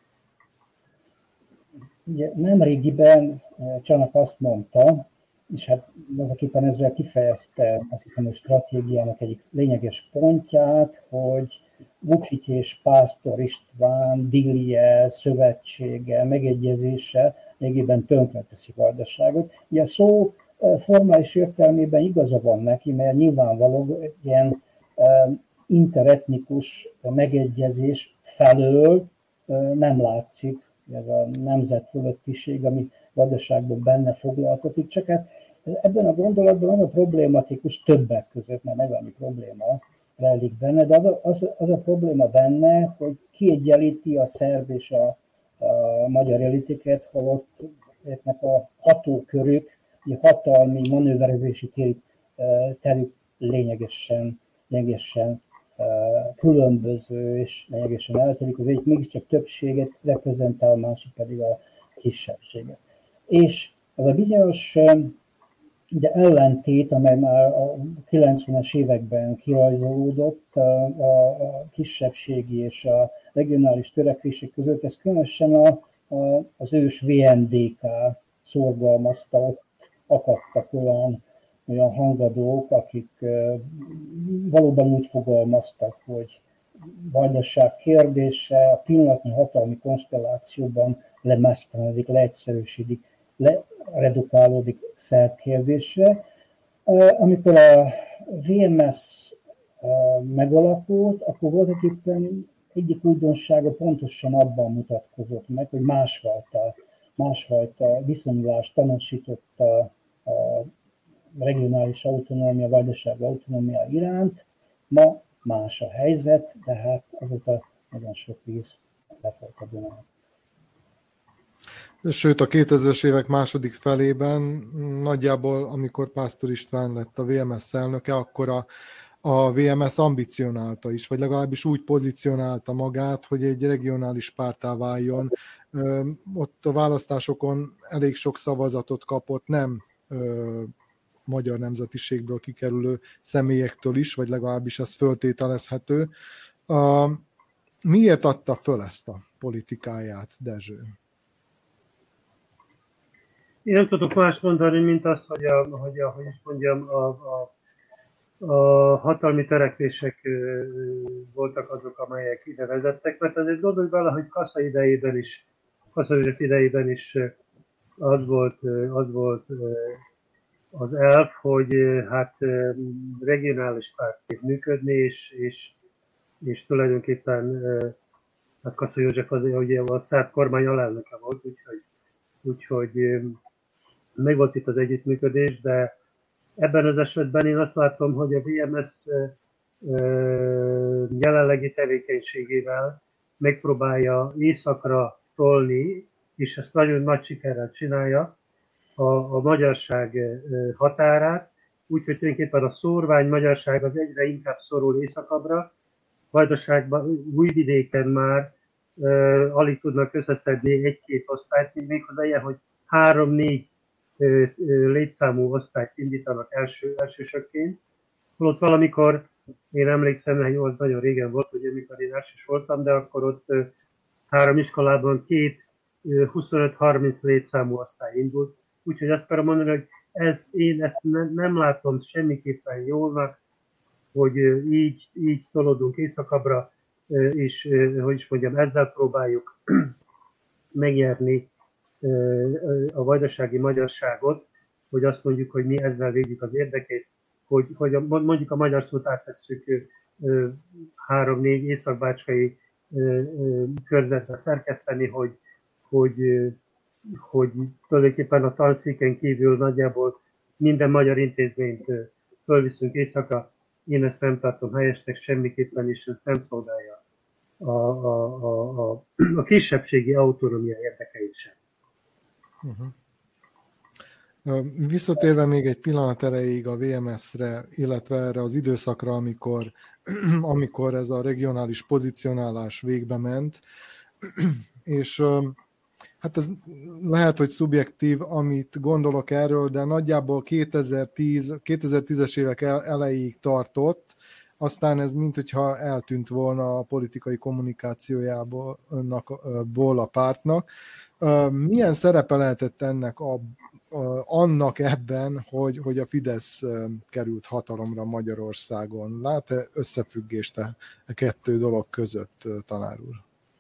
Ugye nemrégiben Csanak azt mondta, és hát azonképpen ezzel kifejezte azt hiszem, hogy stratégiának egyik lényeges pontját, hogy Vučić és Pásztor István dílje, szövetsége, megegyezése lényegében tönkreteszi Vajdaságot. Ugye a szó formális értelmében igaza van neki, mert nyilvánvaló ilyen interetnikus megegyezés felől nem látszik ez a nemzetfölöttiség, ami Vajdaságban benne foglalkozik, csak hát ebben a gondolatban az a problématikus többek között, mert meg annyi probléma rejlik benne, de az a probléma benne, hogy kiegyenlíti a szerb és a magyar elitéket, holott ezeknek a hatókörük, a hatalmi manőverezési terük lényegesen különböző és lényegesen eltelik. Az egyik mégiscsak többséget reprezentál, a másik pedig a kisebbséget. És az a bizonyos de ellentét, amely már a 90-es években kirajzolódott a kisebbségi és a regionális törekvések között, ez különösen az ős VMDK szorgalmazta, ott akadtak olyan hangadók, akik valóban úgy fogalmaztak, hogy vajdaság kérdése a pillanatnyi hatalmi konstellációban lemeztelenedik, leegyszerűsödik, redukálódik szerb kérdésre. Amikor a VMS megalakult, akkor voltaképpen egyik újdonsága pontosan abban mutatkozott meg, hogy másfajta viszonyulást tanúsította a regionális autonómia, vajdasági autonómia iránt. Ma más a helyzet, de hát azóta nagyon sok víz lefolyt a Dunán. Sőt, a 2000-es évek második felében, nagyjából amikor Pásztor István lett a VMS elnöke, akkor a VMS ambicionálta is, vagy legalábbis úgy pozícionálta magát, hogy egy regionális párttá váljon. Ott a választásokon elég sok szavazatot kapott, nem magyar nemzetiségből kikerülő személyektől is, vagy legalábbis ez föltételezhető. Miért adta föl ezt a politikáját, Dezső? Én nem tudok más mondani, mint azt, hogy a hatalmi törekvések voltak azok, amelyek ide vezettek, mert azért gondolj bele, hogy Kassa József idejében is az volt az elv, hogy hát regionális pártként működni, és tulajdonképpen hát Kassa József az, ugye a szerb kormány alelnöke volt, úgyhogy megvolt itt az együttműködés, de ebben az esetben én azt látom, hogy a VMS jelenlegi tevékenységével megpróbálja északra tolni, és ezt nagyon nagy sikerrel csinálja, a magyarság határát, úgyhogy tulajdonképpen a szórvány magyarság az egyre inkább szorul északabbra, Vajdaságban, Újvidéken már alig tudnak összeszedni egy-két osztályt, méghozzá ilyen, hogy 3-4 létszámú osztályt indítanak elsősökként. Holott valamikor, én emlékszem, hogy az nagyon régen volt, hogy amikor én elsős voltam, de akkor ott 3 iskolában 2 25-30 létszámú osztály indult. Úgyhogy azt akarom mondani, hogy én ezt nem látom semmiképpen jólnak, hogy így tolódunk északabbra, és hogy is mondjam, ezzel próbáljuk megnyerni a vajdasági magyarságot, hogy azt mondjuk, hogy mi ezzel védjük az érdekét, hogy mondjuk a magyar szót áttesszük 3-4 északbácskai körzetbe szerkeszteni, hogy tulajdonképpen a tanszéken kívül nagyjából minden magyar intézményt fölviszünk éjszaka. Én ezt nem tartom helyesnek semmiképpen, és ez nem szolgálja a kisebbségi autonómia érdekeit sem. Visszatérve még egy pillanat erejéig a VMS-re, illetve erre az időszakra, amikor ez a regionális pozicionálás végbe ment, és hát ez lehet, hogy szubjektív, amit gondolok erről, de nagyjából 2010-es évek elejéig tartott, aztán ez minthogyha eltűnt volna a politikai kommunikációjából a pártnak. Milyen szerepe lehetett annak ebben, hogy a Fidesz került hatalomra Magyarországon? Lát-e összefüggést a kettő dolog között, tanár úr?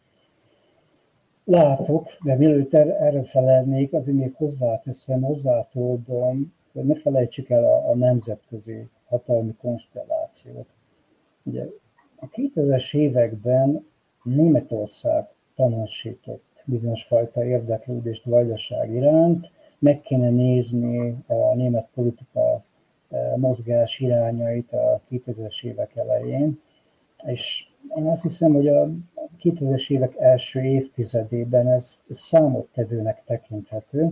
Látok, de mielőtt erre felelnék, azért még hozzátódom, hogy ne felejtsük el a nemzetközi hatalmi konstellációt. Ugye a 2000-es években Németország tanúsított bizonyos fajta érdeklődést vajdaság iránt, meg kéne nézni a német politika mozgás irányait a 2000-es évek elején, és én azt hiszem, hogy a 2000-es évek első évtizedében ez számottevőnek tekinthető.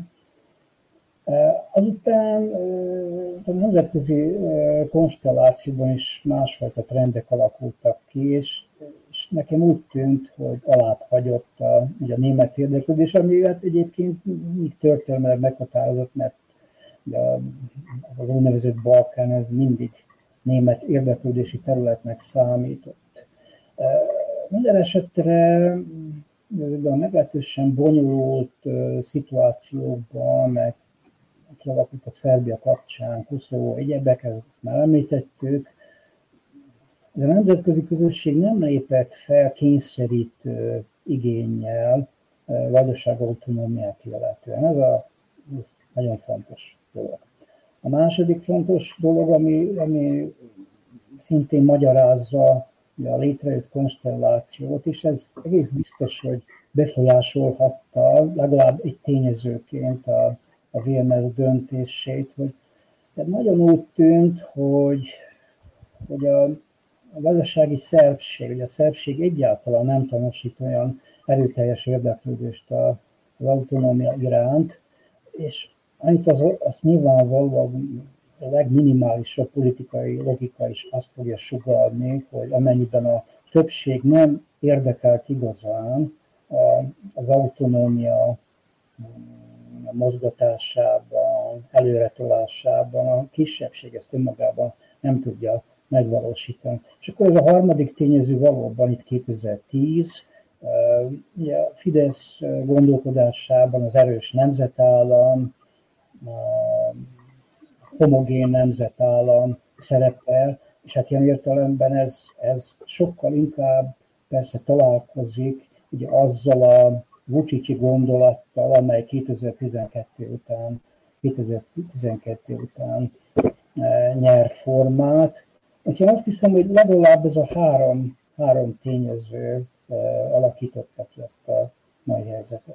Azután a nemzetközi konstellációban is másfajta trendek alakultak ki, és nekem úgy tűnt, hogy alább hagyott a német érdeklődés, ami hát egyébként még történelmileg meghatározott, mert az úgynevezett Balkán, ez mindig német érdeklődési területnek számított. Minden esetre a meglehetősen bonyolult szituációkban, meg kialakultak Szerbia kapcsán, Koszovó, egyebeket már említettük, de a nemzetközi közösség nem lépett fel kényszerítő igénnyel vajdaságautonómiát illetően. Ez nagyon fontos dolog. A második fontos dolog, ami szintén magyarázza a létrejött konstellációt, és ez egész biztos, hogy befolyásolhatta legalább egy tényezőként a VMS döntését, hogy nagyon úgy tűnt, hogy a gazdasági szerbség, hogy a szerbség egyáltalán nem tanúsít olyan erőteljes érdeklődést az autonómia iránt, és annyit az nyilvánvalóan a legminimálisabb politikai logika is azt fogja sugallni, hogy amennyiben a többség nem érdekelt igazán az autonómia mozgatásában, előretolásában, a kisebbség ezt önmagában nem tudja megvalósítani. És akkor ez a harmadik tényező valóban itt 2010, a Fidesz gondolkodásában az erős nemzetállam, homogén nemzetállam szerepel, és hát ilyen értelemben ez sokkal inkább persze találkozik ugye azzal a Vučići gondolattal, amely 2012 után nyer formát. Úgyhogy azt hiszem, hogy legalább ez a három tényező alakította ki ezt a mai helyzetet.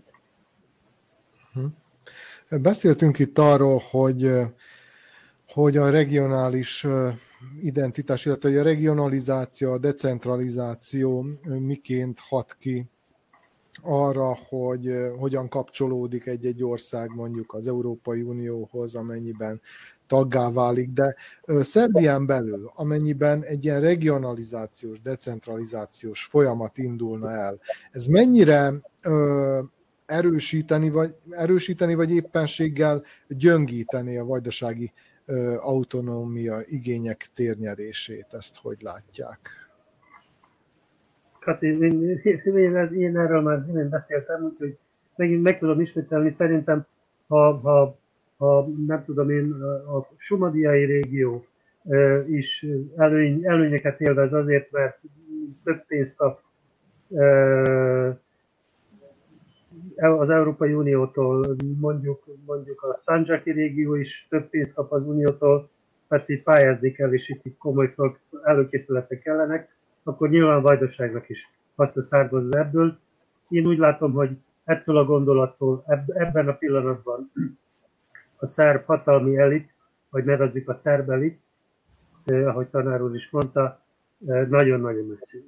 Beszéltünk itt arról, hogy a regionális identitás, illetve a regionalizáció, a decentralizáció miként hat ki arra, hogy hogyan kapcsolódik egy ország mondjuk az Európai Unióhoz, amennyiben taggá válik, de Szerbián belül, amennyiben egy ilyen regionalizációs, decentralizációs folyamat indulna el, ez mennyire erősíteni vagy éppenséggel gyöngíteni a vajdasági autonómia igények térnyerését, ezt hogy látják? Kati, én erről már beszéltem, úgyhogy megint meg tudom ismételni. Szerintem, ha nem tudom én, a Sumadiai régió is előnyeket élvez azért, mert több pénzt kap az Európai Uniótól, mondjuk a Sandzsaki régió is több pénzt kap az Uniótól, persze itt pályázni kell, és itt komoly előkészületek kellenek, akkor nyilván Vajdaságnak is haszna származ ebből. Én úgy látom, hogy ettől a gondolattól ebben a pillanatban a szerb hatalmi elit, vagy nevezzük a szerb elit, ahogy tanár úr is mondta, nagyon-nagyon messzi.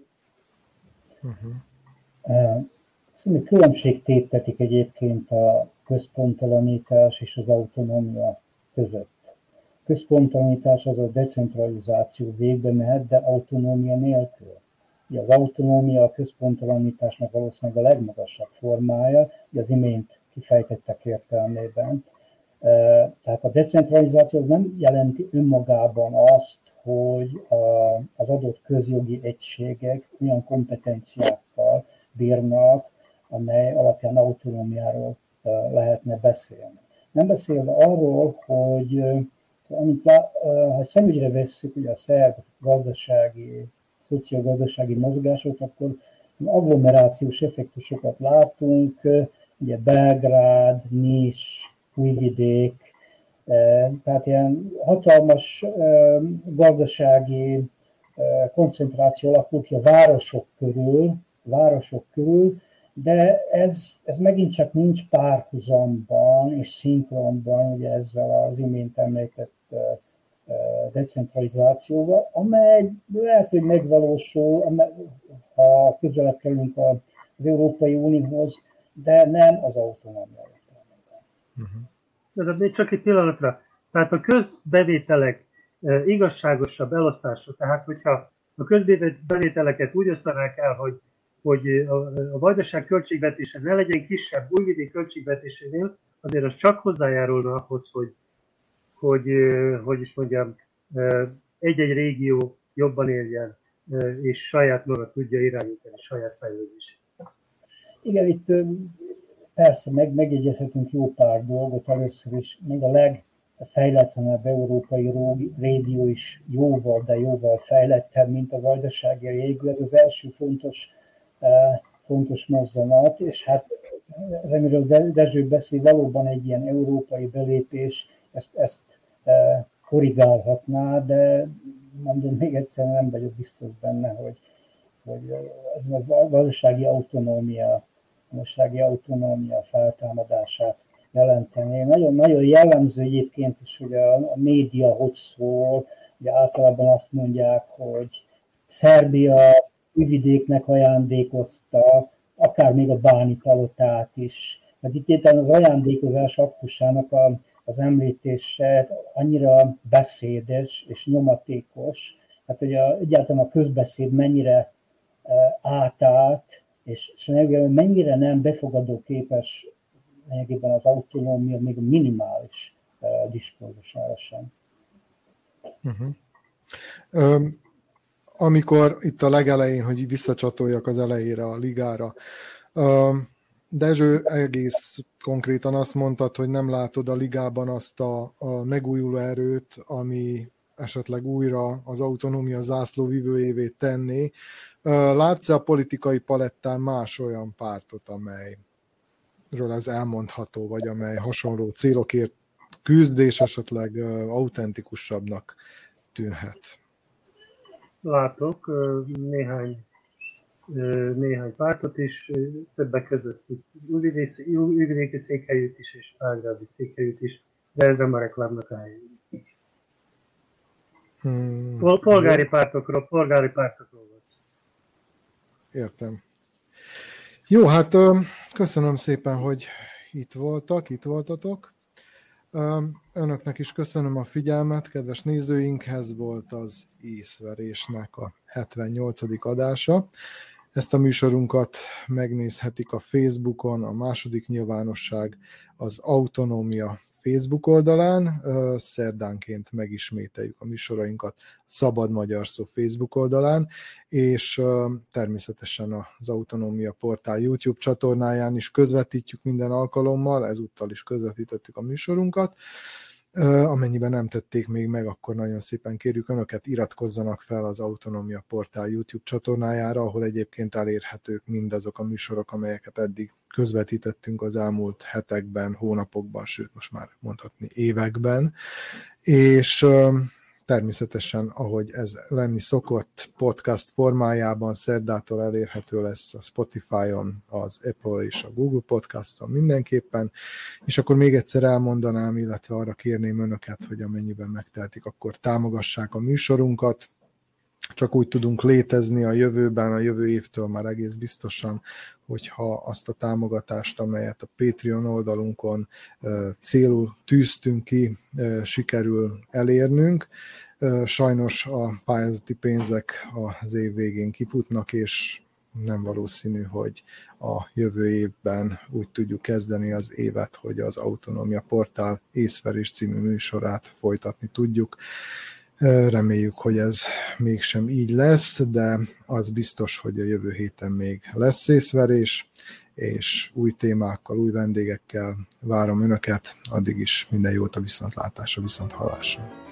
Szóval különbségtétetik egyébként a központalanítás és az autonómia között. Központalanítás az a decentralizáció végbe mehet, de autonómia nélkül. Ugye az autonómia a központalanításnak valószínűleg a legmagasabb formája, ugye az imént kifejtettek értelmében. Tehát a decentralizáció nem jelenti önmagában azt, hogy az adott közjogi egységek olyan kompetenciákkal bírnak, amely alapján autonómiáról lehetne beszélni. Nem beszélve arról, hogy ha szemügyre vesszük ugye a szerb gazdasági, szociogazdasági mozgásot, akkor agglomerációs effektusokat látunk, ugye Belgrád, Nis, Újvidék, tehát ilyen hatalmas gazdasági koncentráció alakul ki a városok körül, de ez megint csak nincs párhuzamban és szinkronban ugye ezzel az imént említett decentralizációval, amely lehet, hogy megvalósul, ha közelebb kerülünk az Európai Unióhoz, de nem az autonómia értelmében. De még csak egy pillanatra. Tehát a közbevételek igazságosabb elosztása, tehát hogyha a közbevételeket úgy osztanák el, hogy a Vajdaság költségvetése ne legyen kisebb Újvidék költségvetésénél, azért az csak hozzájárulna ahhoz, hogy is mondjam, egy-egy régió jobban éljen, és saját maga tudja irányítani saját fejlődését. Igen, itt persze megjegyezhetünk jó pár dolgot. Először is még a legfejletlenebb európai régió is jóval fejlettebb, mint a Vajdasági régió. Ez az első fontos mozzanat, és hát ez, amiről Dezső beszél, valóban egy ilyen európai belépés, ezt korrigálhatná, de mondom, még egyszer nem vagyok biztos benne, hogy ez a gazdasági autonómia feltámadását jelenteni. Nagyon jellemző egyébként is, hogy a média hogy szól, ugye általában azt mondják, hogy Szerbia Újvidéknek ajándékozta, akár még a Báni palotát is. Hát itt az ajándékozás aktusának az említése annyira beszédes és nyomatékos, hát hogy egyáltalán a közbeszéd mennyire átállt, és mennyire nem befogadóképes lényegében az autonómia, még a minimális diskurzusára sem. Amikor itt a legelején, hogy visszacsatoljak az elejére a ligára, Dezső, egész konkrétan azt mondtad, hogy nem látod a ligában azt a megújuló erőt, ami esetleg újra az autonómia zászlóvivőjévé tenné. Látsz-e a politikai palettán más olyan pártot, amelyről ez elmondható, vagy amely hasonló célokért küzd, és esetleg autentikusabbnak tűnhet? Látok néhány pártot is, többek között újvidéki székhelyűt is, és ágrádi székhelyűt is, de ez nem a reklámnak álljon. Polgári pártokról volt. Értem. Jó, hát köszönöm szépen, hogy itt voltatok. Önöknek is köszönöm a figyelmet, kedves nézőinkhez volt az Észverésnek a 78. adása. Ezt a műsorunkat megnézhetik a Facebookon, a Második Nyilvánosság az Autonómia Facebook oldalán. Szerdánként megismételjük a műsorainkat a Szabad Magyar Szó Facebook oldalán, és természetesen az Autonómia Portál YouTube csatornáján is közvetítjük minden alkalommal, ezúttal is közvetítettük a műsorunkat. Amennyiben nem tették még meg, akkor nagyon szépen kérjük Önöket, iratkozzanak fel az Autonómia Portál YouTube csatornájára, ahol egyébként elérhetők mindazok a műsorok, amelyeket eddig közvetítettünk az elmúlt hetekben, hónapokban, sőt most már mondhatni években. És természetesen, ahogy ez lenni szokott, podcast formájában szerdától elérhető lesz a Spotify-on, az Apple és a Google Podcast-on mindenképpen, és akkor még egyszer elmondanám, illetve arra kérném Önöket, hogy amennyiben megtehetik, akkor támogassák a műsorunkat. Csak úgy tudunk létezni a jövőben, a jövő évtől már egész biztosan, hogyha azt a támogatást, amelyet a Patreon oldalunkon célul tűztünk ki, sikerül elérnünk. Sajnos a pályázati pénzek az év végén kifutnak, és nem valószínű, hogy a jövő évben úgy tudjuk kezdeni az évet, hogy az Autonómia Portál Észverés című műsorát folytatni tudjuk. Reméljük, hogy ez mégsem így lesz, de az biztos, hogy a jövő héten még lesz észverés, és új témákkal, új vendégekkel várom Önöket. Addig is minden jót, a viszontlátásra, viszonthallásra.